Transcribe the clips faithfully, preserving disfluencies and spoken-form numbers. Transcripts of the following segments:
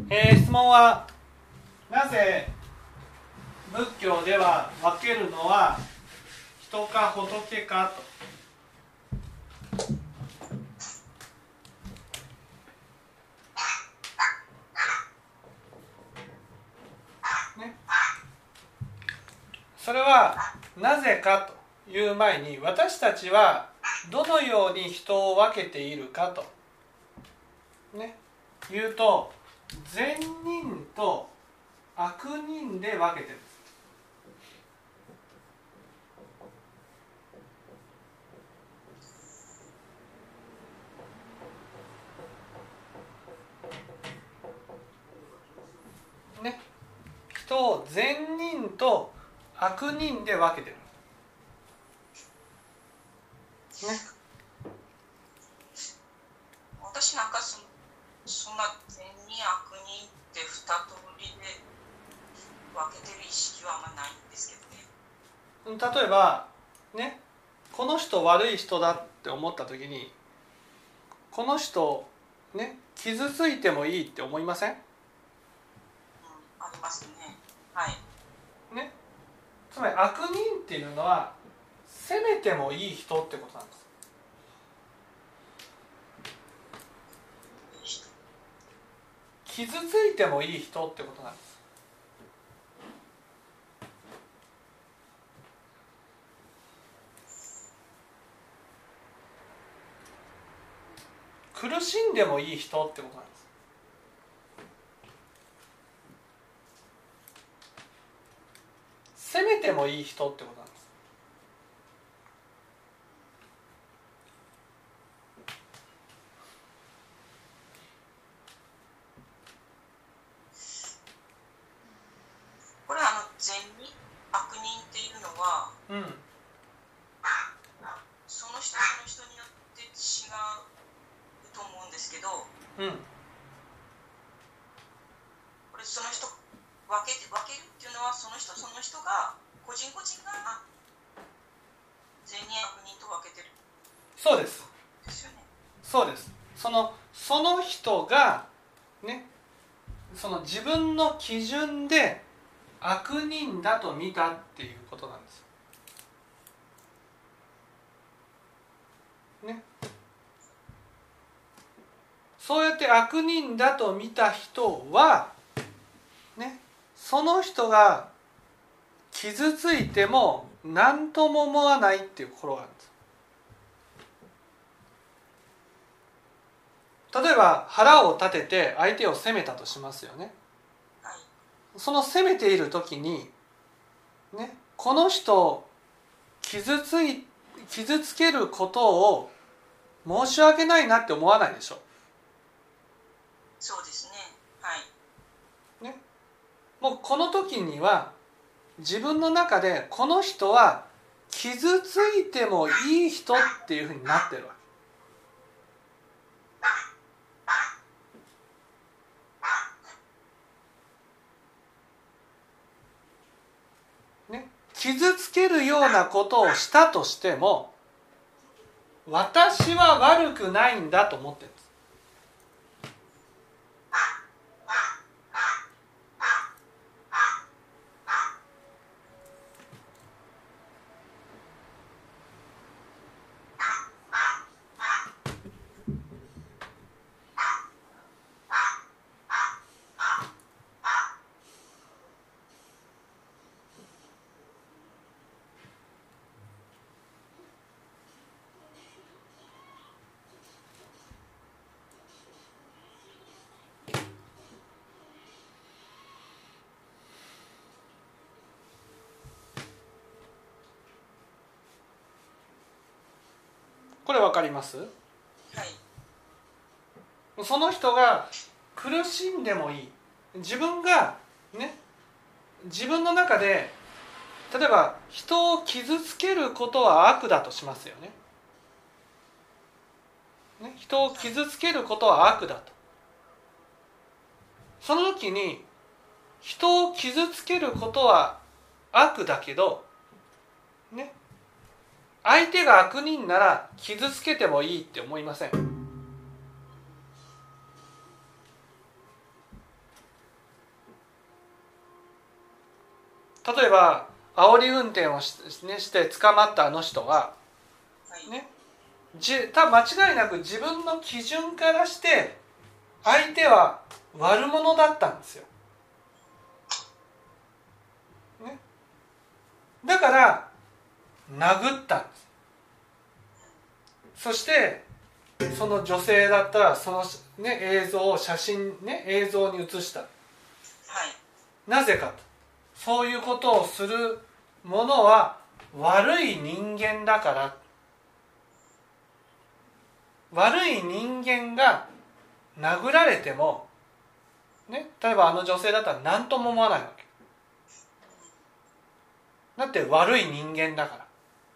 えー、質問は、なぜ仏教では分けるのは人か仏かと。ね、それはなぜかという前に、私たちはどのように人を分けているかと、ね、言うと、善人と悪人で分けてるんです。ね、人を善人と悪人で分けてる。ね、 私なんかそそんな善人悪人って二通りで分けてる意識はあんまないんですけどね。 例えばね、この人悪い人だって思った時に、この人ね、傷ついてもいいって思いません？ うん、ありますね。はい。 ね、つまり悪人っていうのは責めてもいい人ってことなんです。傷ついてもいい人ってことなんです。苦しんでもいい人ってことなんです。責めてもいい人ってことなんです。 これあの善人悪人っていうのは、 うん、 その人その人によって違うと思うんですけど、 うん、 これその人分けて分けるっていうのは、その人その人が個人個人が善人悪人と分けてる。 そうです。 ですよね。 そうです。そのその人がね、その自分の基準で悪人だと見たっていうことなんです。ね。そうやって悪人だと見た人は、ね、その人が傷ついても何とも思わないっていう心があるんです。例えば腹を立てて相手を責めたとしますよね。 はい。 その責めている時に、ね、この人を傷つい傷つけることを申し訳ないなって思わないでしょ。 そうですね。はい。 ね、もうこの時には自分の中でこの人は傷ついてもいい人っていうふうになってるわけ。ね、傷つけるようなことをしたとしても、私は悪くないんだと思ってるんです。これ分かります？ はい。 その人が苦しんでもいい。自分がね、自分の中で例えば人を傷つけることは悪だとしますよね。ね、人を傷つけることは悪だと。その時に人を傷つけることは悪だけど、ね、相手が悪人なら傷つけてもいいって思いません？ 例えば煽り運転を し,、ね、して捕まったあの人は、ね、じ多分間違いなく自分の基準からして相手は悪者だったんですよ、ね、だから殴ったんです。そしてその女性だったらその、ね、映像を写真、ね、映像に写した、はい、なぜかと、そういうことをする者は悪い人間だから。悪い人間が殴られても、ね、例えばあの女性だったら何とも思わないわけだって、悪い人間だから。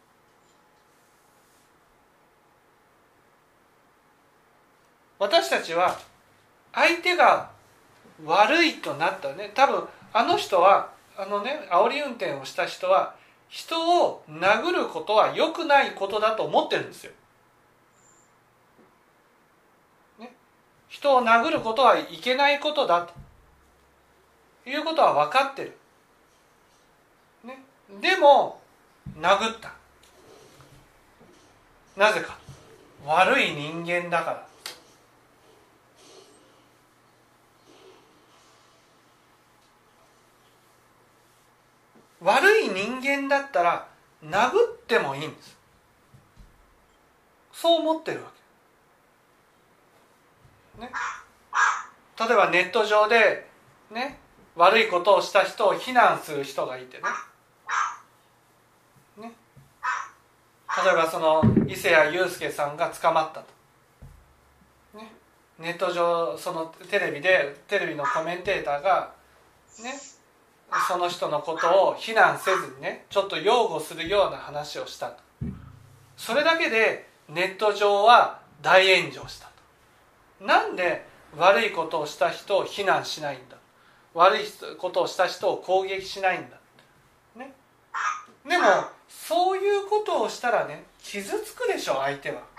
私たちは相手が悪いとなったね、多分あの人はあのね、煽り運転をした人は人を殴ることは良くないことだと思ってるんですよ、ね、人を殴ることはいけないことだということは分かってる、ね、でも殴った。なぜか、悪い人間だから。悪い人間だったら殴ってもいいんです。そう思ってるわけ、ね、例えばネット上で、ね、悪いことをした人を非難する人がいて ね, ね例えばその伊勢谷友介さんが捕まったと、ね、ネット上そのテレビでテレビのコメンテーターがねその人のことを非難せずにね、ちょっと擁護するような話をしたと。それだけでネット上は大炎上したと。なんで悪いことをした人を非難しないんだ、悪いことをした人を攻撃しないんだ、ね、でもそういうことをしたらね、傷つくでしょ相手は。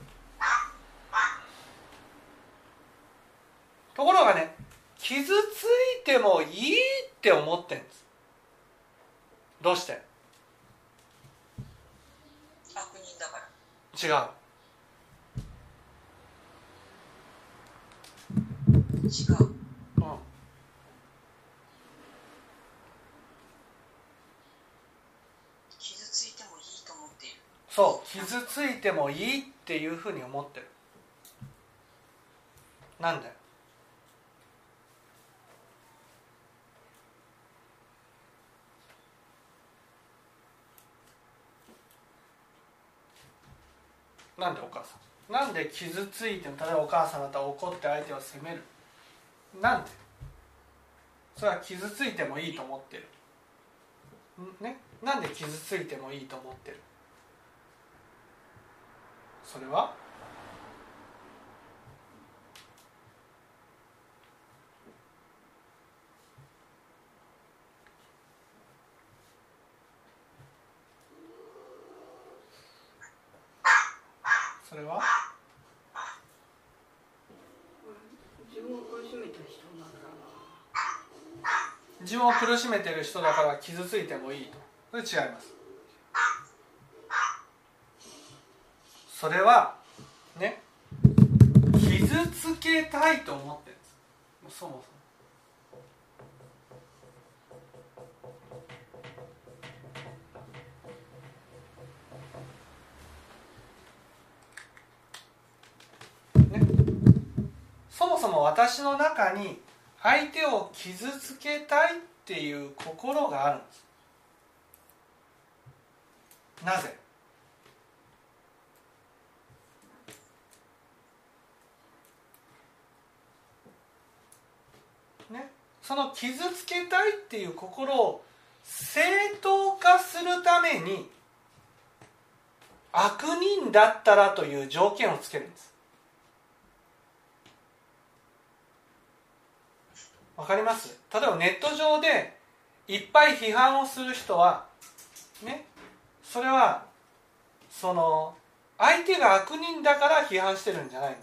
ところがね、傷ついてもいいって思ってるんです。どうして？ 悪人だから。 違う。 違う。 うん。 傷ついてもいいと思っている。 そう、傷ついてもいいっていうふうに思ってる。なんで？なんでお母さん、なんで傷ついても、例えばお母さんだったら怒って相手を責める、なんで？それは傷ついてもいいと思ってる、ね、なんで傷ついてもいいと思ってる？それはそれは自分を苦しめた人だから。 自分を苦しめてる人だから傷ついてもいいと。それ違います。それはね、傷つけたいと思ってるんです。もうそもそもそもそも私の中に相手を傷つけたいっていう心があるんです。なぜ？ね、その傷つけたいっていう心を正当化するために悪人だったらという条件をつけるんです。わかります？例えばネット上でいっぱい批判をする人はね、それはその相手が悪人だから批判してるんじゃないんです。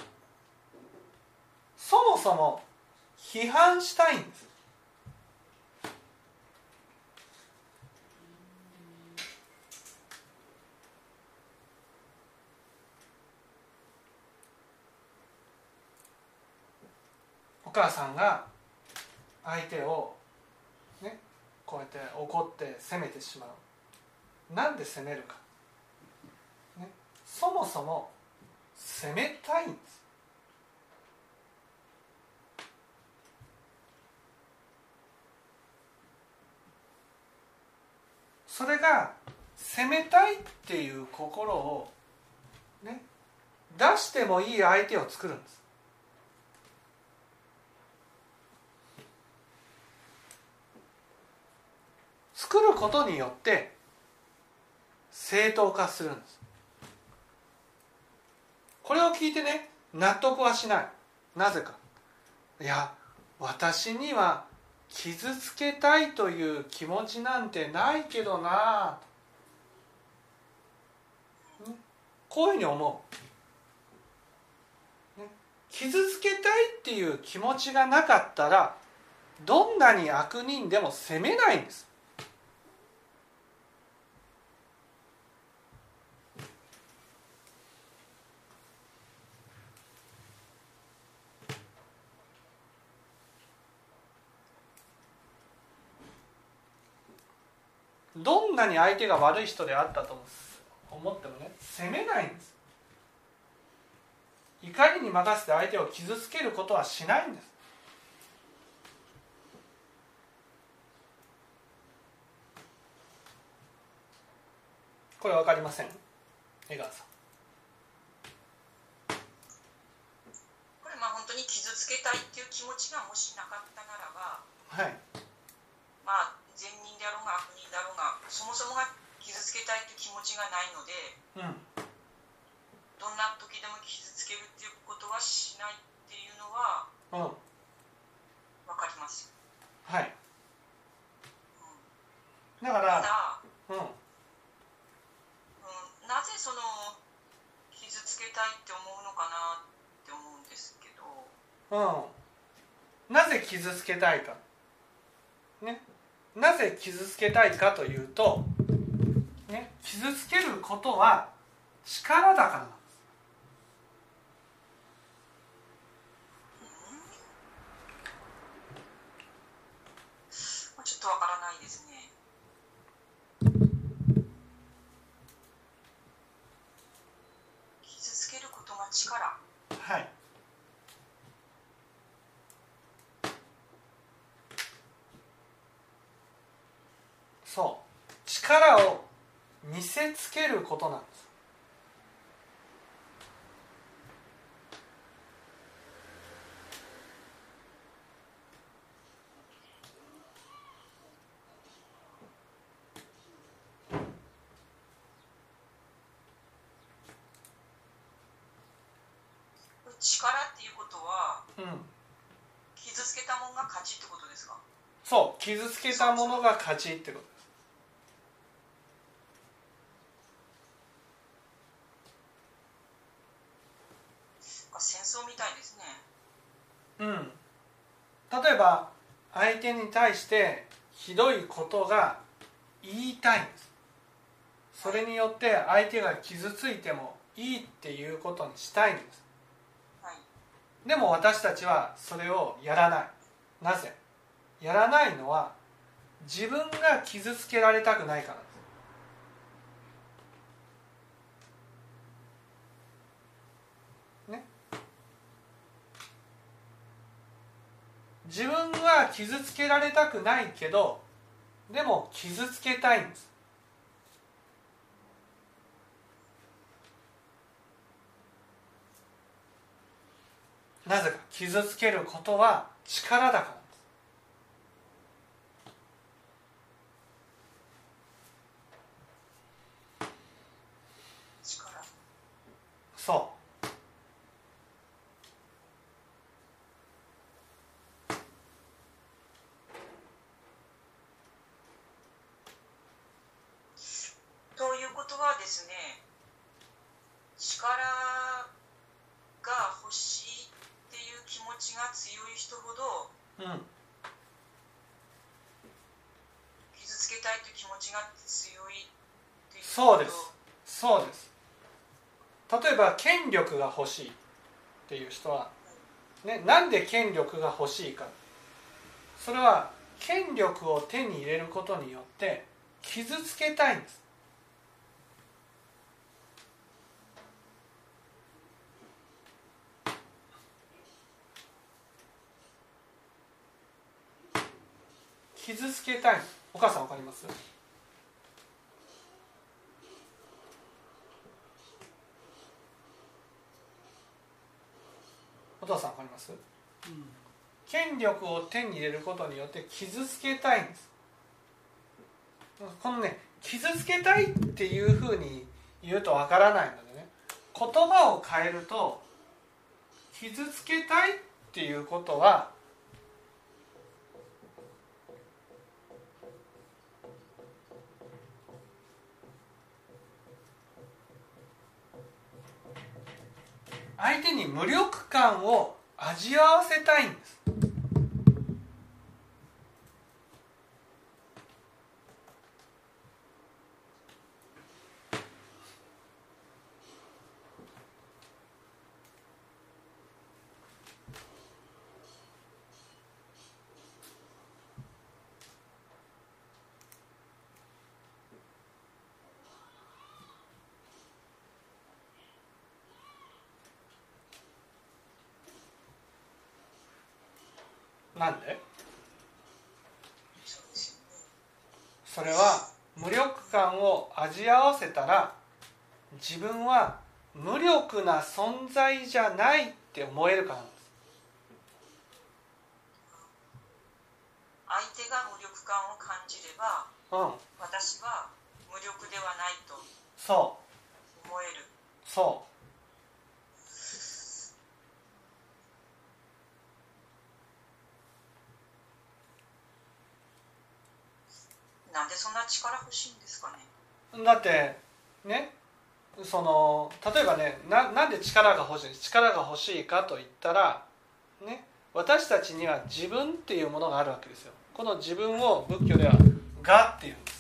そもそも批判したいんです。 お母さんが相手をねこうやって怒って責めてしまう。なんで責めるか、ね、そもそも責めたいんです。それが責めたいっていう心をね出してもいい相手を作るんです。作ることによって正当化するんです。これを聞いてね納得はしない。なぜか、いや私には傷つけたいという気持ちなんてないけどな、こういうふうに思う。傷つけたいっていう気持ちがなかったらどんなに悪人でも責めないんです。どんなに相手が悪い人であったと思ってもね責めないんです。怒りに任せて相手を傷つけることはしないんです。これ分かりません？江川さん。 これまあ本当に傷つけたいっていう気持ちがもしなかったならば、 はい、 まあ善人であろうが悪人だろうがそもそもが傷つけたいという気持ちがないので、 うん、 どんな時でも傷つけるっていうことはしないっていうのは分かります。 はい、 うん、 だから、 ただ、 うんうん、なぜその傷つけたいって思うのかなって思うんですけど、 うん、なぜ傷つけたいか、ね、なぜ傷つけたいかというと、ね、傷つけることは力だからなんです。 ちょっとわからないですね。傷つけることが力。 はい。そう、力を見せつけることなんです。 力っていうことは、 うん、 傷つけたものが勝ちってことですか？ そう、傷つけたものが勝ちってことです。戦争みたいですね。 うん。例えば相手に対してひどいことが言いたいんです。それによって相手が傷ついてもいいっていうことにしたいんです。 はい、 でも私たちはそれをやらない。なぜ？やらないのは自分が傷つけられたくないからです。ね。自分は傷つけられたくないけど、でも傷つけたいんです。なぜか、傷つけることは力だからです。力。 そうということはですね、力が欲しいっていう気持ちが強い人ほど、 うん、 傷つけたいという気持ちが強いっていうこと。 そうです。そうです。例えば権力が欲しいっていう人はね、なんで権力が欲しいか。それは権力を手に入れることによって傷つけたいんです。傷つけたい。お母さんわかります？お父さんわかります？うん、権力を手に入れることによって傷つけたいんです。このね、傷つけたいっていうふうに言うとわからないのでね、言葉を変えると、傷つけたいっていうことは相手に無力感を味わわせたいんです。なんで？それは無力感を味わわせたら、自分は無力な存在じゃないって思えるからなんです。 相手が無力感を感じれば、うん、私は無力ではないと思える。 そうそう。 なんでそんな力欲しいんですかね。 だってね、その例えばね、な, なんで力が欲しい力が欲しいかといったら、ね、私たちには自分っていうものがあるわけですよ。この自分を仏教では我っていうんです、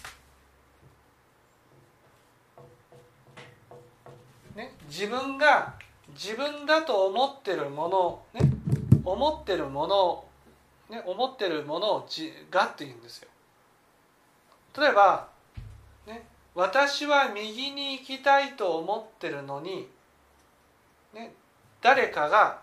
ね、自分が自分だと思ってるもの、ね、思ってるもの、ね、思ってるものを我っていうんですよ。例えば、ね、私は右に行きたいと思ってるのに、ね、誰かが、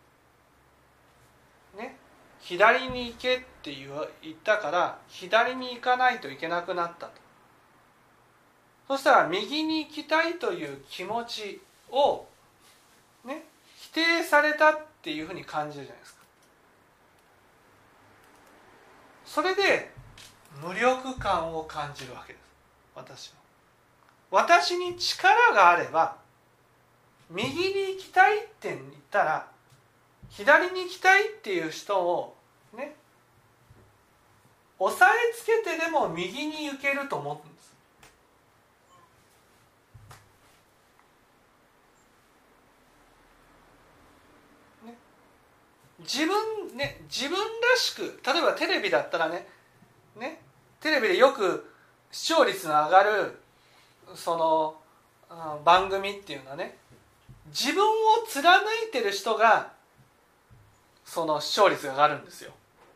ね、左に行けって言ったから左に行かないといけなくなったと。そしたら右に行きたいという気持ちを、ね、否定されたっていうふうに感じるじゃないですか。それで無力感を感じるわけです。私は私に力があれば、右に行きたいって言ったら左に行きたいっていう人をね、押さえつけてでも右に行けると思うんです。ね、自分ね、自分らしく、例えばテレビだったらね、ね、テレビでよく視聴率の上がるその番組っていうのはね、自分を貫いてる人がその視聴率が上がるんですよ。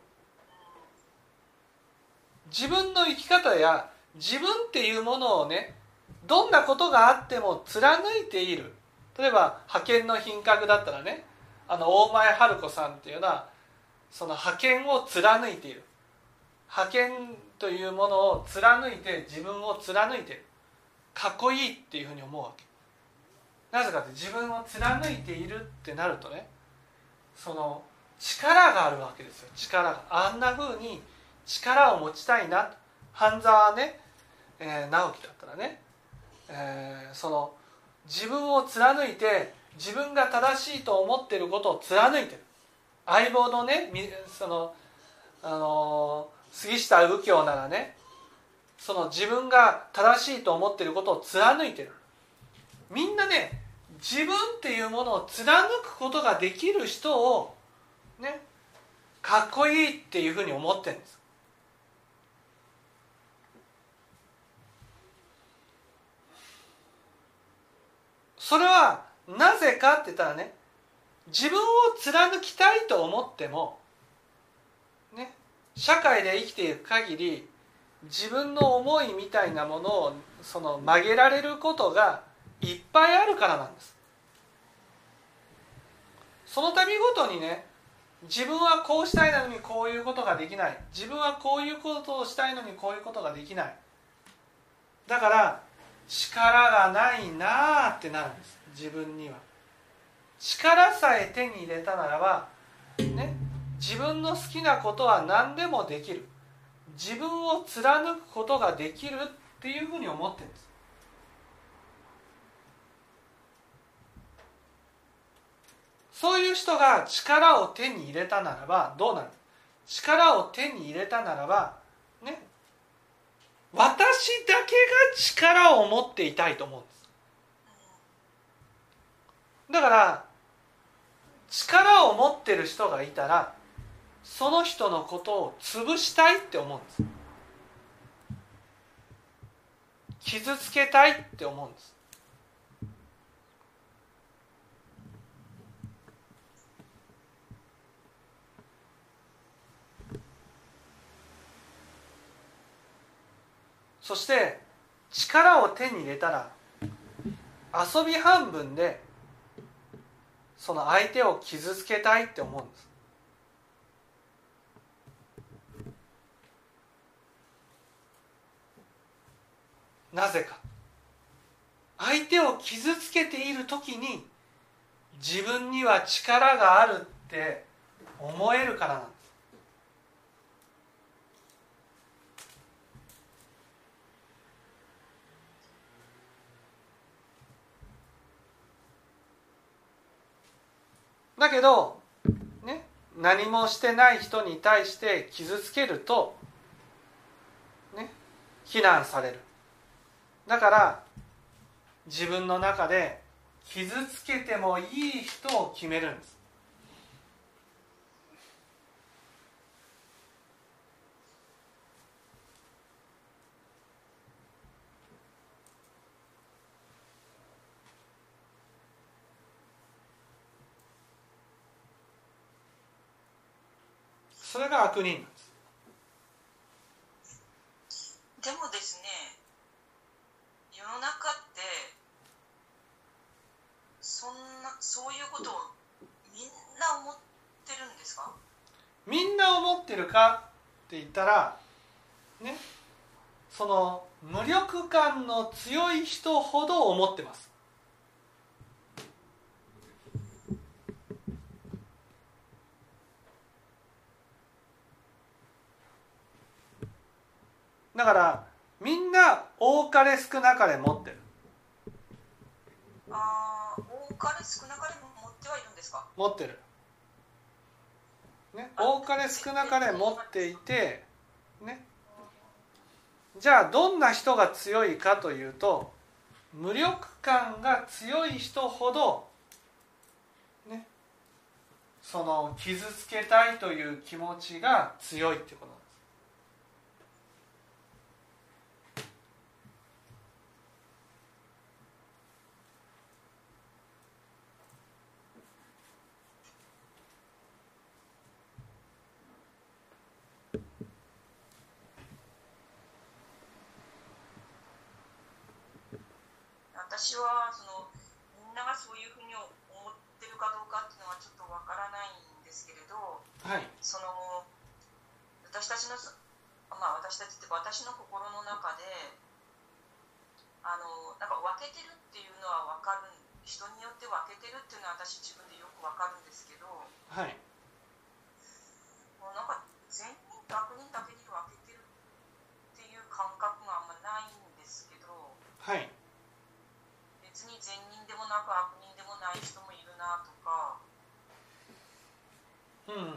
自分の生き方や自分っていうものをね、どんなことがあっても貫いている。例えば覇権の品格だったらね、あの大前春子さんっていうのはその覇権を貫いている。覇権というものを貫いて、自分を貫いている。かっこいいっていうふうに思うわけ。なぜかって自分を貫いているってなるとね、その力があるわけですよ。力があんなふうに力を持ちたいな。半沢ね、えー、直樹だったらね、えー、その自分を貫いて自分が正しいと思っていることを貫いてる。相棒のね、そのあのー杉下右京ならね、その自分が正しいと思っていることを貫いてる。みんなね、自分っていうものを貫くことができる人をね、かっこいいっていうふうに思ってるんです。それはなぜかって言ったらね、 自分を貫きたいと思ってもね、社会で生きていく限り自分の思いみたいなものをその曲げられることがいっぱいあるからなんです。その度ごとにね、自分はこうしたいのにこういうことができない、自分はこういうことをしたいのにこういうことができない、だから力がないなーってなるんです。自分には力さえ手に入れたならばね、自分の好きなことは何でもできる、自分を貫くことができるっていうふうに思ってるんです。そういう人が力を手に入れたならばどうなる？力を手に入れたならばね、私だけが力を持っていたいと思うんです。だから力を持ってる人がいたらその人のことを潰したいって思うんです。傷つけたいって思うんです。そして力を手に入れたら遊び半分でその相手を傷つけたいって思うんです。なぜか、相手を傷つけている時に自分には力があるって思えるからなんです。だけど、ね、何もしてない人に対して傷つけると、ね、非難される。だから自分の中で傷つけてもいい人を決めるんです。それが悪人なんです。 でもですね、世の中ってそんなそういうことをみんな思ってるんですか？ みんな思ってるかって言ったらね、その無力感の強い人ほど思ってます。だからみんな多かれ少なかれ持ってる。 ああ、多かれ少なかれ持ってはいるんですか？ 持ってる、ね、多かれ少なかれ持っていて、ね、じゃあどんな人が強いかというと、無力感が強い人ほど、ね、その傷つけたいという気持ちが強いってことなんです。 私はそのみんながそういうふうに思ってるかどうかっていうのはちょっとわからないんですけれど、 はい、 その私たちの、まあ、私たちって私の心の中であのなんか分けてるっていうのは分かる、人によって分けてるっていうのは私自分でよく分かるんですけど、 はい、 もうなんか善人と悪人だけに分けてるっていう感覚があんまないんですけど、 はい、 別に善人でもなく悪人でもない人もいるなとか、 うん、うん、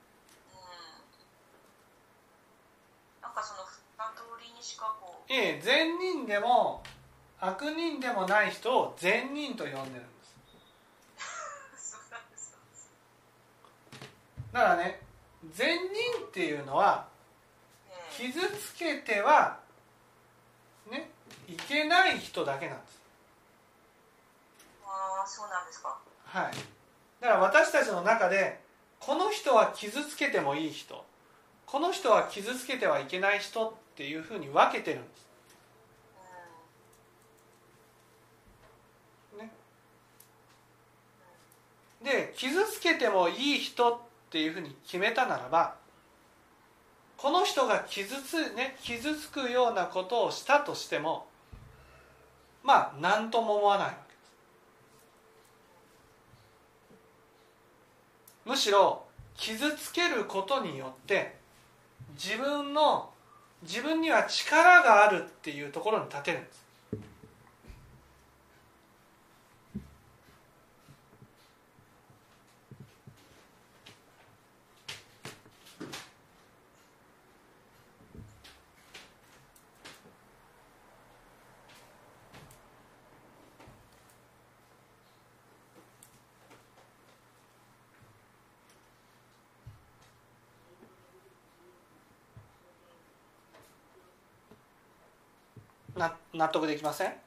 なんかその二通りにしかこう、 ええ、善人でも悪人でもない人を善人と呼んでるんです。 そうなんですか。 だからね、善人っていうのは傷つけてはねいけない人だけなんです。 ああ、そうなんですか。 はい。 だから私たちの中でこの人は傷つけてもいい人、この人は傷つけてはいけない人っていうふうに分けてるんです、ね、で傷つけてもいい人っていうふうに決めたならば、この人が傷つ、ね、傷つくようなことをしたとしてもまあ何とも思わないわけです。むしろ傷つけることによって自分の自分には力があるっていうところに立てるんです。な納得できません？ 納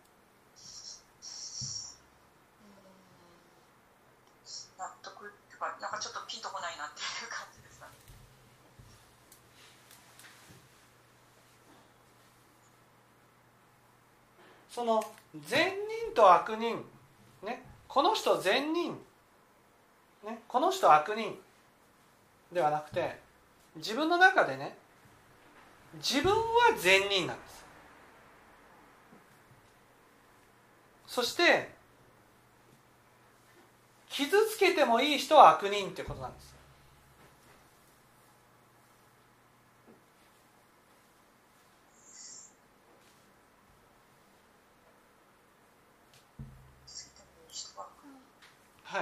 得っていうか、なんかちょっとピンとこないなっていう感じですかね。 その善人と悪人、ね、この人善人、ね、この人悪人ではなくて、自分の中でね、自分は善人なんです。そして傷つけてもいい人は悪人ってことなんです。はい。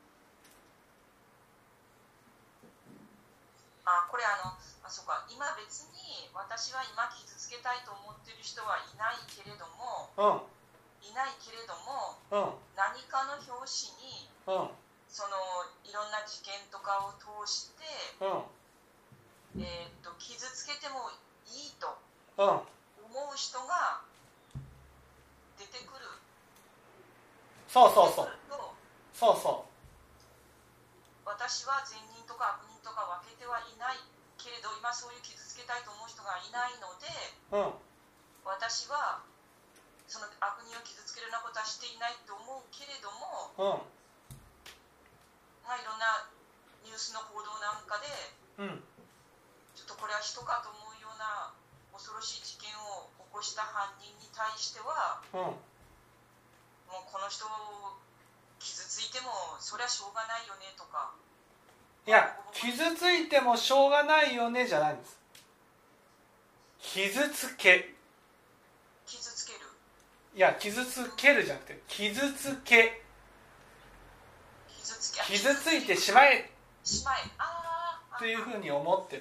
あ、これあの、あ、そうか、今別に私は今傷つけたいと思ってる人はいないけれども、 うんいないけれども、 うん何かの表紙に、 うんそのいろんな事件とかを通して、 うんえー、と傷つけてもいいとうん思う人が出てくる。 そうそうそうとそうそ私は善人とか悪人とか分けてはいないけれど、今そういう傷つけたいと思う人がいないので、 ううん私はその悪人を傷つけるようなことはしていないと思うけれども、 うんまあ、いろんなニュースの報道なんかで、 うんちょっとこれは人かと思うような恐ろしい事件を起こした犯人に対しては、 うんもうこの人傷ついてもそりゃしょうがないよねとか。 いや、傷ついてもしょうがないよねじゃないんです。傷つけ傷つける。 いや、傷つけるじゃなくて傷つけ傷つけ傷ついてしまえしまえあというふうに思ってる、 うん、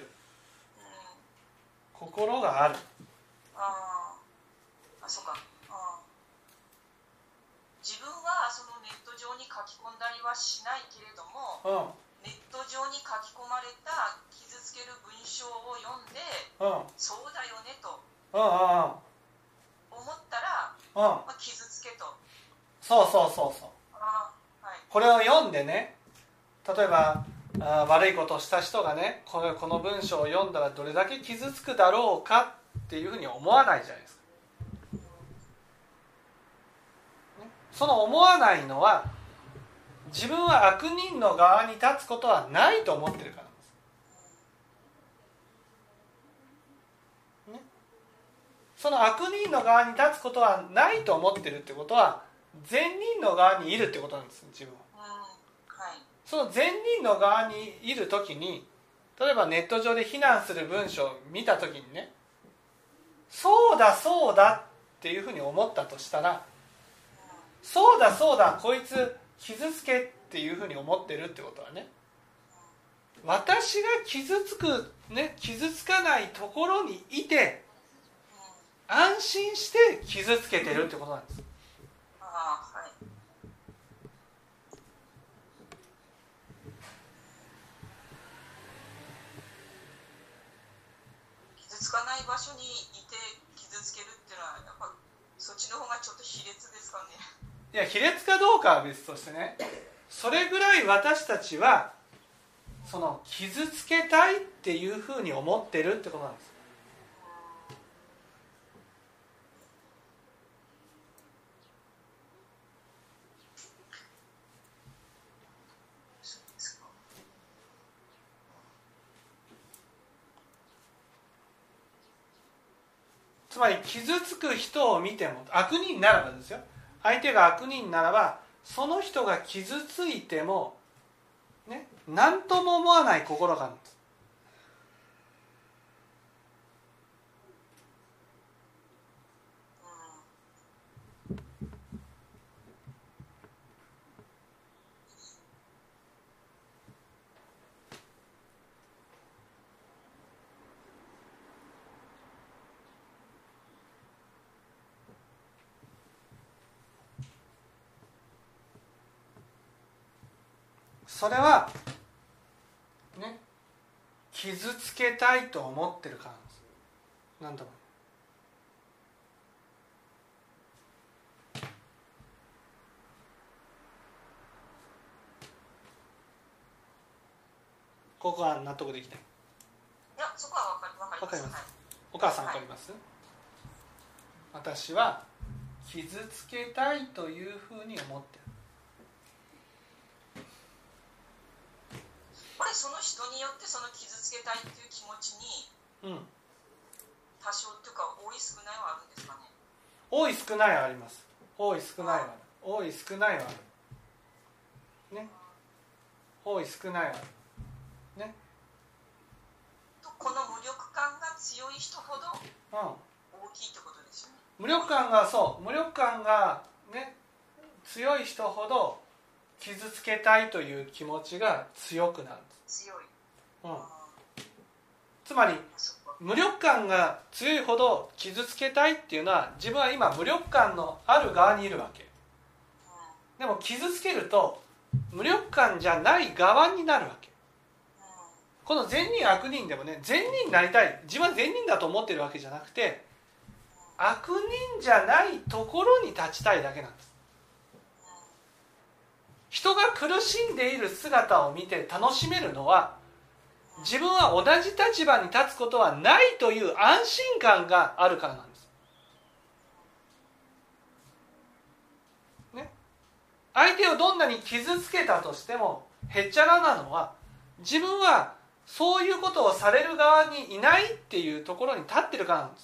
心がある。 ああ、そうか。あ自分はそのネット上に書き込んだりはしないけれども、 うんネット上に書き込まれた傷つける文章を読んで、 うんそうだよねとうんうん思ったら、 うんまあ、傷つけと。 そうそうそうそう。 あ、はい、 これを読んでね、例えばあ悪いことをした人がね、この、この文章を読んだらどれだけ傷つくだろうかっていうふうに思わないじゃないですか、ね、その思わないのは自分は悪人の側に立つことはないと思ってるからなんです、ね、その悪人の側に立つことはないと思ってるってことは善人の側にいるってことなんです、自分は。 はい、 その善人の側にいるときに、例えばネット上で非難する文章を見たときにね、そうだそうだっていうふうに思ったとしたら、そうだそうだこいつ傷つけっていうふうに思ってるってことはね、私が傷つく、ね、傷つかないところにいて安心して傷つけてるってことなんです。 あ、はい、傷つかない場所にいて傷つけるっていうのはやっぱそっちの方がちょっと卑劣ですかね。 いや、卑劣かどうかは別としてね、 それぐらい私たちはその傷つけたいっていうふうに思ってるってことなんです。つまり傷つく人を見ても、悪人ならばですよ、相手が悪人ならばその人が傷ついてもね、何とも思わない心があるんです。それはね、傷つけたいと思ってるからなんです。何度もここは納得できない。 いや、そこは分かります。 分かります。 はい、 お母さん分かります、はい、私は傷つけたいというふうに思ってる。 これその人によってその傷つけたいっていう気持ちに、うん、多少っていうか多い少ないはあるんですかね。 多い少ないはあります。多い少ないはある。多い少ないはある。ね。多い少ないはある。ね。 この無力感が強い人ほど大きいってことですよね。 うん、無力感がそう無力感がね強い人ほど傷つけたいという気持ちが強くなるんです。 強い。 うん。つまり無力感が強いほど傷つけたいっていうのは、自分は今無力感のある側にいるわけ。でも傷つけると無力感じゃない側になるわけ。この善人悪人でもね、善人になりたい、自分は善人だと思ってるわけじゃなくて、悪人じゃないところに立ちたいだけなんです。人が苦しんでいる姿を見て楽しめるのは、自分は同じ立場に立つことはないという安心感があるからなんです、ね、相手をどんなに傷つけたとしてもへっちゃらなのは、自分はそういうことをされる側にいないっていうところに立ってるからなんです。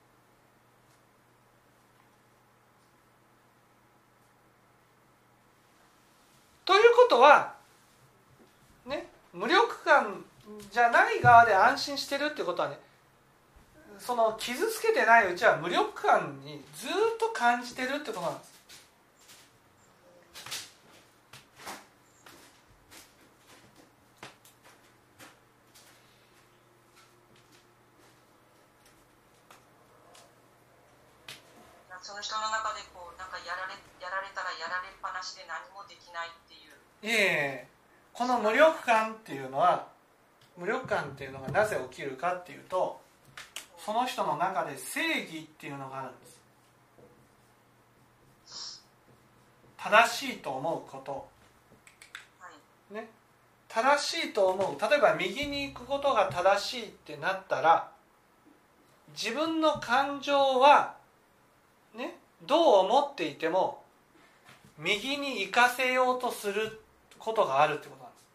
ということはね、無力感じゃない側で安心してるってことはね、その傷つけてないうちは無力感にずっと感じてるってことなんです。 その人の中でこうなんかやられやられたらやられっぱなしで何もできないっていう。 いえ、この無力感っていうのは無力感っていうのがなぜ起きるかっていうと、その人の中で正義っていうのがあるんです。正しいと思うこと、はいね、正しいと思う、例えば右に行くことが正しいってなったら、自分の感情はね、どう思っていても右に行かせようとすることがあるってことなんです。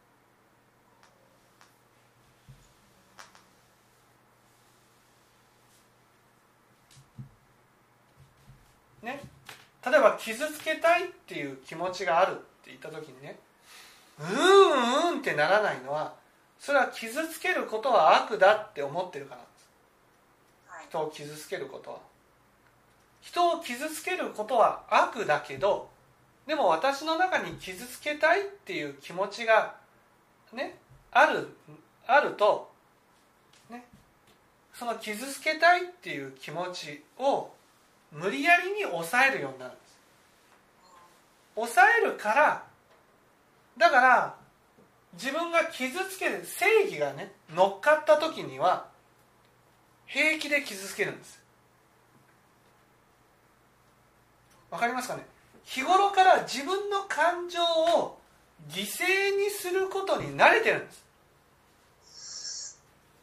ね、例えば傷つけたいっていう気持ちがあるって言った時にね、うーんうんってならないのは、それは傷つけることは悪だって思ってるからなんです、はい、人を傷つけることは人を傷つけることは悪だけど、でも私の中に傷つけたいっていう気持ちがねあるあるとね、その傷つけたいっていう気持ちを無理やりに抑えるようになるんです。抑えるから、だから自分が傷つける正義がね乗っかった時には平気で傷つけるんです。わかりますかね。 日頃から自分の感情を犠牲にすることに慣れてるんです。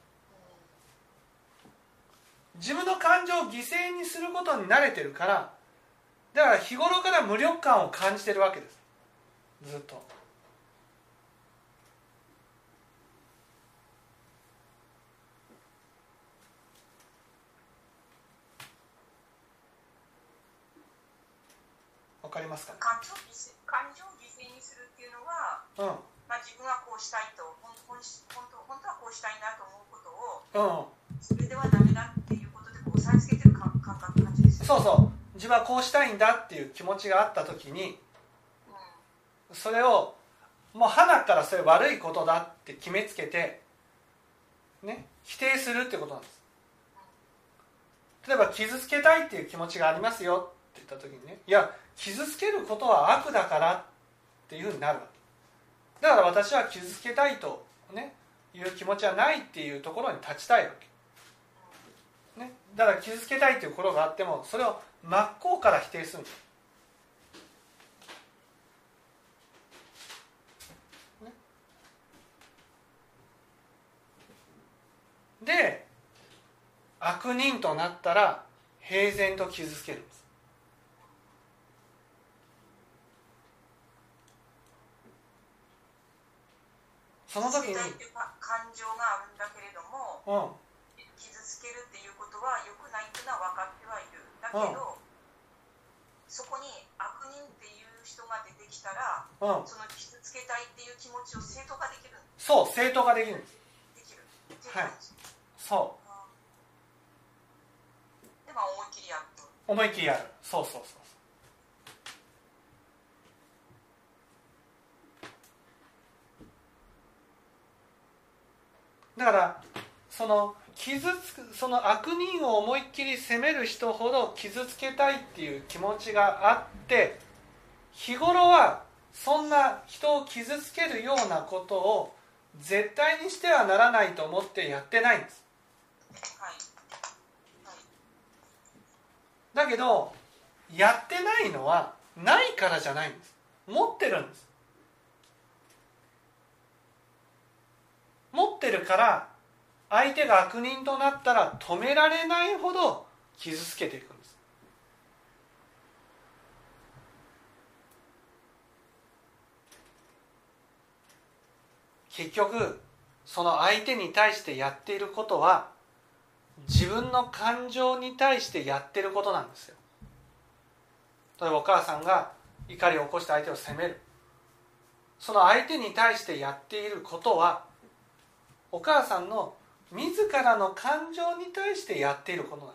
自分の感情を犠牲にすることに慣れてるから、だから日頃から無力感を感じてるわけです。ずっと。わかりますかね。 感情を犠牲、感情を犠牲にするっていうのは、 うんまあ、自分はこうしたいと、本本本当本当はこうしたいなと思うことを、 うん、 それではダメだっていうことでこう押さえつけてる感感覚感じですよね。 そうそう、自分はこうしたいんだっていう気持ちがあったときに、 うん、 それをもう鼻からそれ悪いことだって決めつけて、ね、否定するってことなんです。例えば傷つけたいっていう気持ちがありますよって言ったときにね、いや傷つけることは悪だからっていうふうになるわけだから、私は傷つけたいと、ね、いう気持ちはないっていうところに立ちたいわけ、ね、だから傷つけたいっていう心があってもそれを真っ向から否定するんです、ね、で悪人となったら平然と傷つけるんです。その時に傷つけたいという感情があるんだけれども、 うん、 傷つけるっていうことは良くないっていうのは分かってはいる。だけど、うん、そこに悪人っていう人が出てきたら、うん、その傷つけたいっていう気持ちを正当化できる。 そう、正当化できるんです。 できる。 はい。そう。 でも思いっきりやると。 思いっきりやる。そうそうそう。だからその傷つくその悪人を思いっきり責める人ほど傷つけたいっていう気持ちがあって、日頃はそんな人を傷つけるようなことを絶対にしてはならないと思ってやってないんです。 はいはい、 だけどやってないのはないからじゃないんです。持ってるんです。持ってるから相手が悪人となったら止められないほど傷つけていくんです。結局その相手に対してやっていることは自分の感情に対してやっていることなんですよ。例えばお母さんが怒りを起こして相手を責める、その相手に対してやっていることはお母さんの自らの感情に対してやっていることなんです、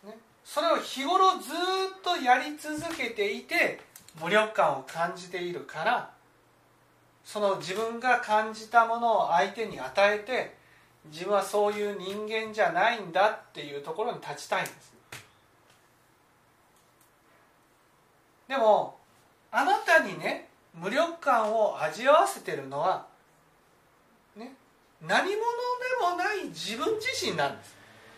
ね、それを日頃ずっとやり続けていて無力感を感じているから、その自分が感じたものを相手に与えて自分はそういう人間じゃないんだっていうところに立ちたいんです。でもあなたにね無力感を味わわせているのは、ね、何者でもない自分自身なんです。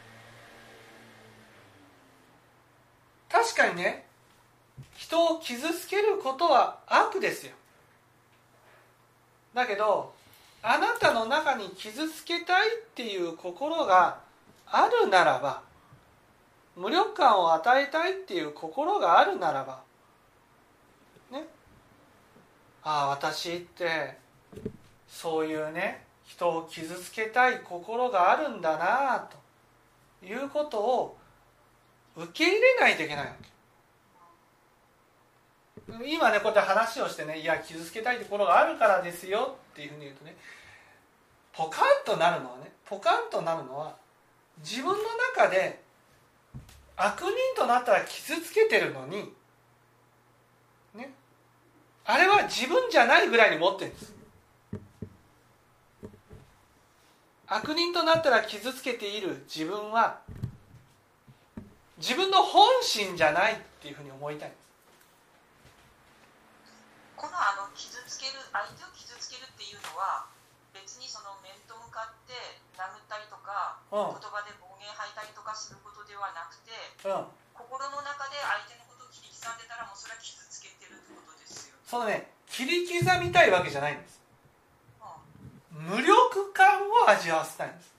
確かにね、人を傷つけることは悪ですよ。だけどあなたの中に傷つけたいっていう心があるならば、無力感を与えたいっていう心があるならばね、ああ私ってそういうね人を傷つけたい心があるんだなということを受け入れないといけないわけ。今ねこうやって話をしてね、いや傷つけたいところがあるからですよっていうふうに言うとね、ポカンとなるのはねポカンとなるのは自分の中で悪人となったら傷つけてるのにね、あれは自分じゃないぐらいに持ってるんです。悪人となったら傷つけている自分は自分の本心じゃないっていうふうに思いたいんです。 このあの傷つける、相手を傷つけるっていうのは別にその面と向かって殴ったりとか、うん、言葉で暴言吐いたりとかすることではなくて、うん、心のそのね切り刻みたいわけじゃないんです。無力感を味わわせたいんです。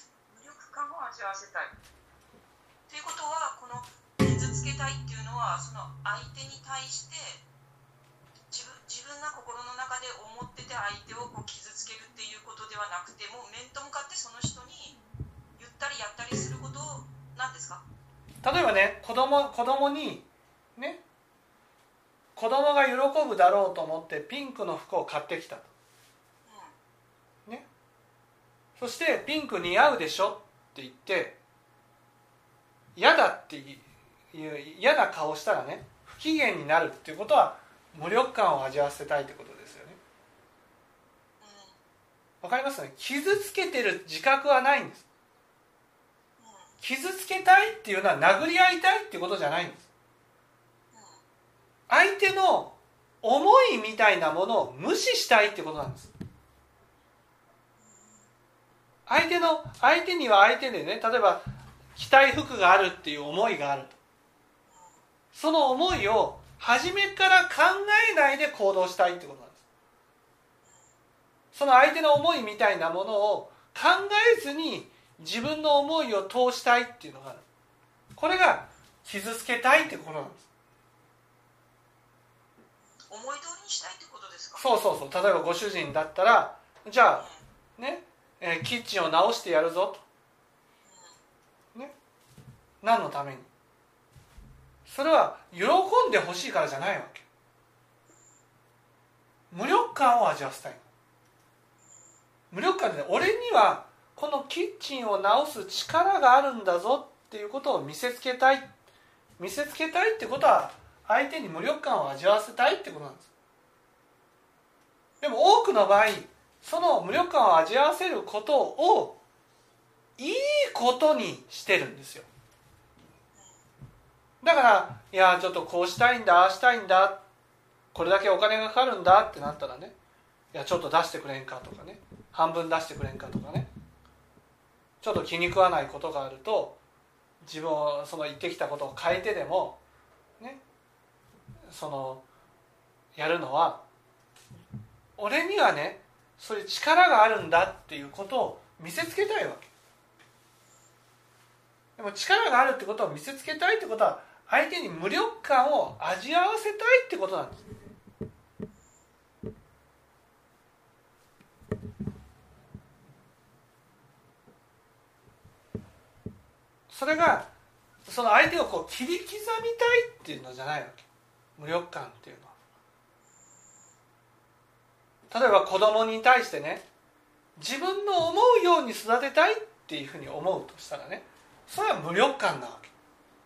無力感を味わわせたいということは、この傷つけたいっていうのはその相手に対して自分、自分が心の中で思ってて相手をこう傷つけるっていうことではなくて、もう面と向かってその人に言ったりやったりすることなんですか？ 例えばね、子供、子供にね、子供が喜ぶだろうと思ってピンクの服を買ってきたと、うんね、そしてピンク似合うでしょって言って嫌だっていう嫌な顔したらね、不機嫌になるっていうことは無力感を味わわせたいってことですよね。わかりますね。傷つけてる自覚はないんです。傷つけたいっていうのは殴り合いたいっていうことじゃないんです。相手の思いみたいなものを無視したいってことなんです。相手の相手には相手でね、例えば着たい服があるっていう思いがあると、その思いを初めから考えないで行動したいってことなんです。その相手の思いみたいなものを考えずに自分の思いを通したいっていうのがある。これが傷つけたいってことなんです。 思い通りにしたいってことですか？ そうそうそう。例えばご主人だったら、じゃあね、えー、キッチンを直してやるぞと、ね、何のために？それは喜んでほしいからじゃないわけ。無力感を味わわせたい。無力感で、ね、俺にはこのキッチンを直す力があるんだぞっていうことを見せつけたい。見せつけたいってことは相手に無力感を味わわせたいってことなんです。でも多くの場合、その無力感を味わわせることをいいことにしてるんですよ。だからいやちょっとこうしたいんだ、ああしたいんだ、これだけお金がかかるんだってなったらね、いやちょっと出してくれんかとかね、半分出してくれんかとかね、ちょっと気に食わないことがあると自分をその言ってきたことを変えてでもね、そのやるのは俺にはねそういう力があるんだっていうことを見せつけたいわけ。でも力があるってことを見せつけたいってことは相手に無力感を味わわせたいってことなんです。それがその相手をこう切り刻みたいっていうのじゃないわけ。無力感っていうのは、例えば子供に対してね、自分の思うように育てたいっていうふうに思うとしたらね、それは無力感なわけ。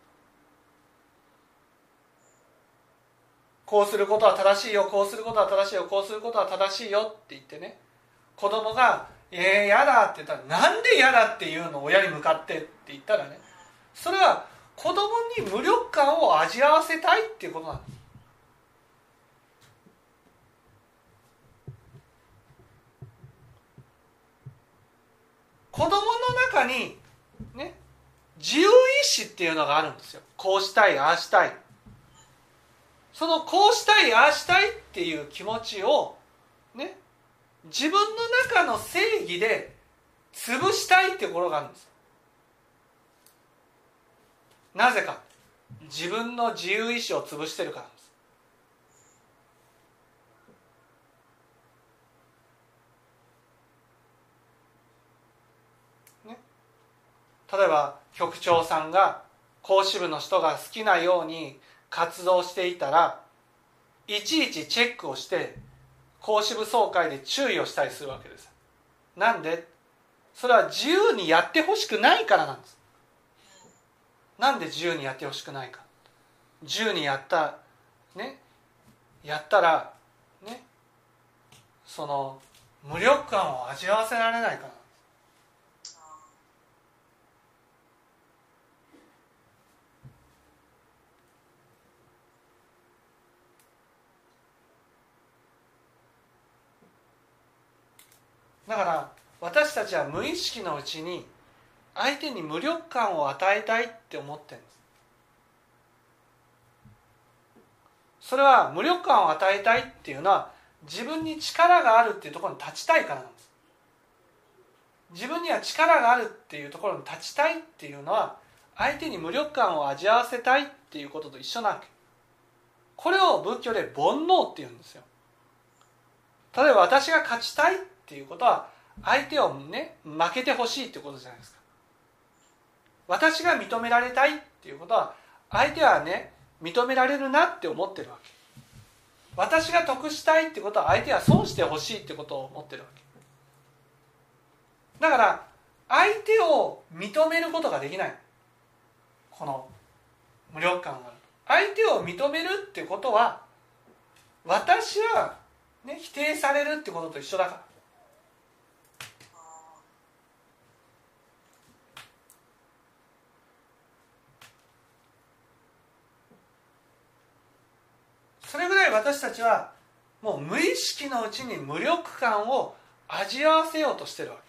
こうすることは正しいよ、こうすることは正しいよ、こうすることは正しいよって言ってね、子供が「えー、やだ」って言ったら「なんでやだ」っていうのを親に向かってって言ったらね、それは子供に無力感を味わわせたいっていうことなんです。子供の中にね、自由意志っていうのがあるんですよ。こうしたい、ああしたい。そのこうしたい、ああしたいっていう気持ちをね、自分の中の正義で潰したいっていうところがあるんです。なぜか、自分の自由意志を潰してるからです。ね、例えば局長さんが講師部の人が好きなように活動していたら、いちいちチェックをして講師部総会で注意をしたりするわけです。なんで？それは自由にやってほしくないからなんです。なんで自由にやってほしくないか。自由にやったね、やったらね、その無力感を味わわせられないからなんです。だから私たちは無意識のうちに相手に無力感を与えたいって思ってるんです。 それは無力感を与えたいっていうのは自分に力があるっていうところに立ちたいからなんです。自分には力があるっていうところに立ちたいっていうのは相手に無力感を味わわせたいっていうことと一緒なわけ。これを仏教で煩悩っていうんですよ。例えば私が勝ちたいっていうことは相手をね負けてほしいってことじゃないですか。私が認められたいっていうことは相手はね認められるなって思ってるわけ。私が得したいってことは相手は損してほしいってことを思ってるわけ。だから相手を認めることができない。この無力感がある。相手を認めるってことは私は、ね、否定されるってことと一緒だから。それぐらい私たちはもう無意識のうちに無力感を味わわせようとしてるわけ。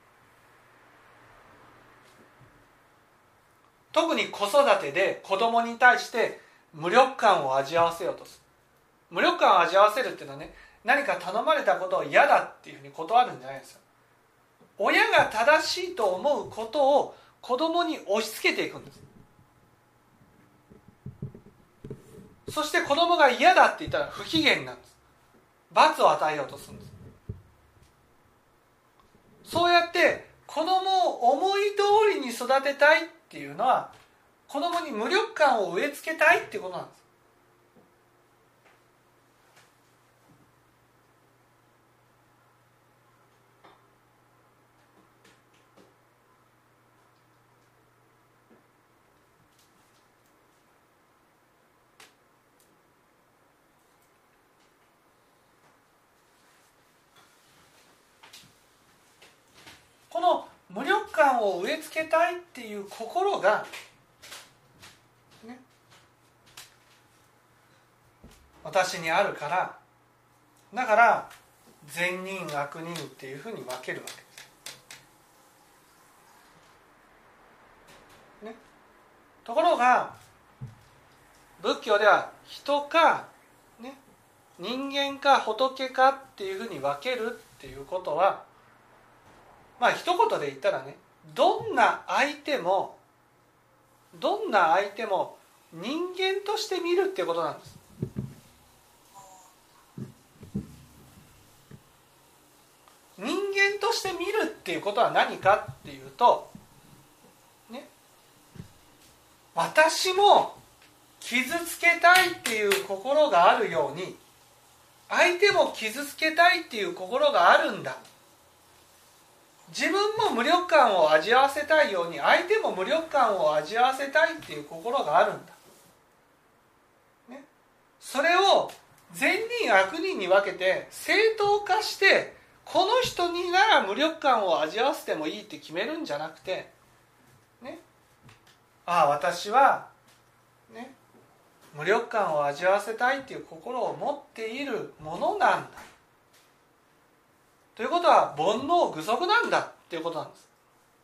特に子育てで子供に対して無力感を味わわせようとする。無力感を味わわせるっていうのはね、何か頼まれたことを嫌だっていうふうに断るんじゃないですよ。親が正しいと思うことを子供に押し付けていくんです。そして子供が嫌だって言ったら不機嫌なんです。罰を与えようとするんです。そうやって子供を思い通りに育てたいっていうのは子供に無力感を植え付けたいっていうことなんです。この無力感を植え付けたいっていう心が、ね、私にあるから、だから善人悪人っていうふうに分けるわけです。ね、ところが仏教では人か、ね、人間か仏かっていうふうに分けるっていうことは、まあ一言で言ったらね、どんな相手もどんな相手も人間として見るっていうことなんです。人間として見るっていうことは何かっていうと、ね、私も傷つけたいっていう心があるように相手も傷つけたいっていう心があるんだ。自分も無力感を味わわせたいように相手も無力感を味わわせたいっていう心があるんだ、ね、それを善人悪人に分けて正当化してこの人になら無力感を味わわせてもいいって決めるんじゃなくて、ね、ああ私は、ね、無力感を味わわせたいっていう心を持っているものなんだということは煩悩具足なんだっていうことなんです。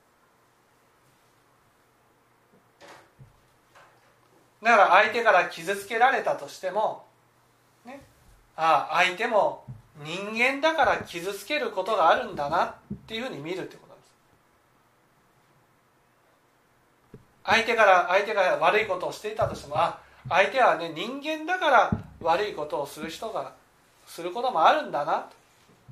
だから相手から傷つけられたとしても、ね、ああ相手も人間だから傷つけることがあるんだなっていうふうに見るってことなんです。相手から相手が悪いことをしていたとしても、あ相手はね人間だから悪いことをする人がすることもあるんだなと。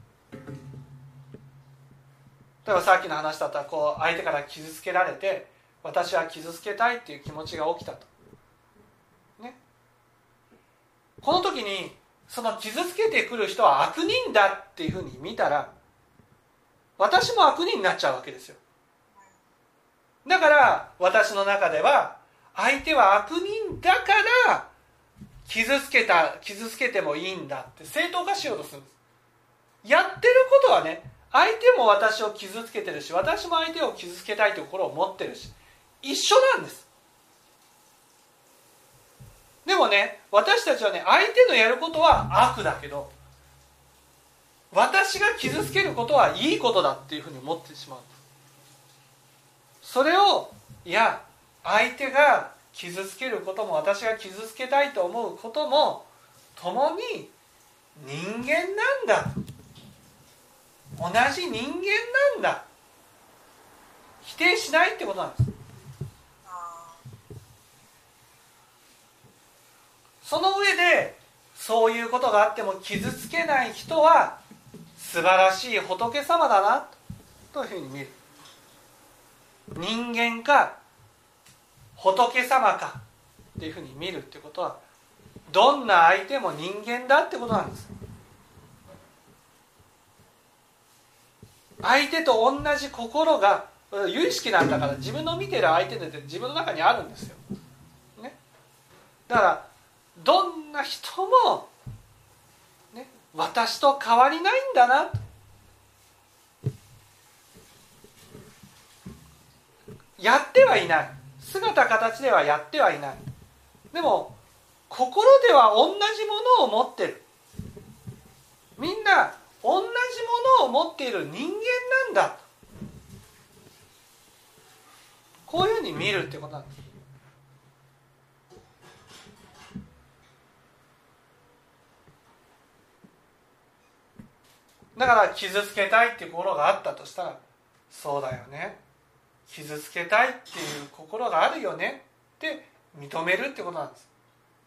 例えばさっきの話だったらこう相手から傷つけられて私は傷つけたいっていう気持ちが起きたと、ね、この時にその傷つけてくる人は悪人だっていうふうに見たら私も悪人になっちゃうわけですよ。だから私の中では相手は悪人だから傷つけた傷つけてもいいんだって正当化しようとするんです。やってることはね相手も私を傷つけてるし私も相手を傷つけたいという心を持ってるし一緒なんです。でもね私たちはね相手のやることは悪だけど私が傷つけることはいいことだっていうふうに思ってしまう。それをいや相手が傷つけることも私が傷つけたいと思うことも共に人間なんだ、同じ人間なんだ、否定しないってことなんです。その上でそういうことがあっても傷つけない人は素晴らしい仏様だなというふうに見る。人間か仏様かっていうふうに見るってことは、どんな相手も人間だってことなんです。相手と同じ心が有意識なんだから、自分の見てる相手で自分の中にあるんですよ、ね、だからどんな人も、ね、私と変わりないんだな、やってはいない、姿形ではやってはいない、でも心では同じものを持ってる、みんな同じものを持っている人間なんだ、こういうふうに見るってことなんです。だから傷つけたいっていう心があったとしたら、そうだよね、傷つけたいっていう心があるよねって認めるってことなんです。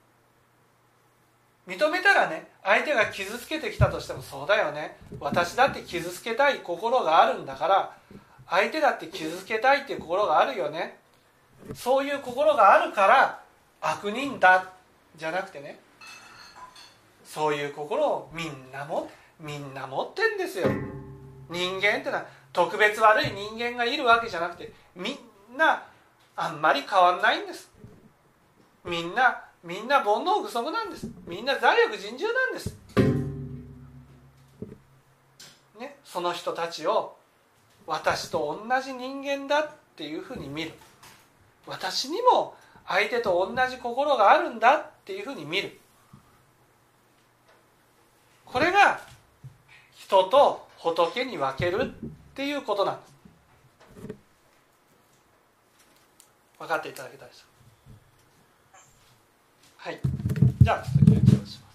認めたらね、相手が傷つけてきたとしても、そうだよね、私だって傷つけたい心があるんだから、相手だって傷つけたいっていう心があるよね、そういう心があるから悪人だじゃなくてね、そういう心をみんなもみんな持ってんですよ。人間ってのは特別悪い人間がいるわけじゃなくて、みんなあんまり変わんないんです。みんなみんな煩悩具足なんです。みんな財力尋常なんです、ね、その人たちを私と同じ人間だっていうふうに見る。私にも相手と同じ心があるんだっていうふうに見る。これが人と仏に分けるっていうことなんです。分かっていただけたでしょうか。はい、じゃあ続きをお願いします。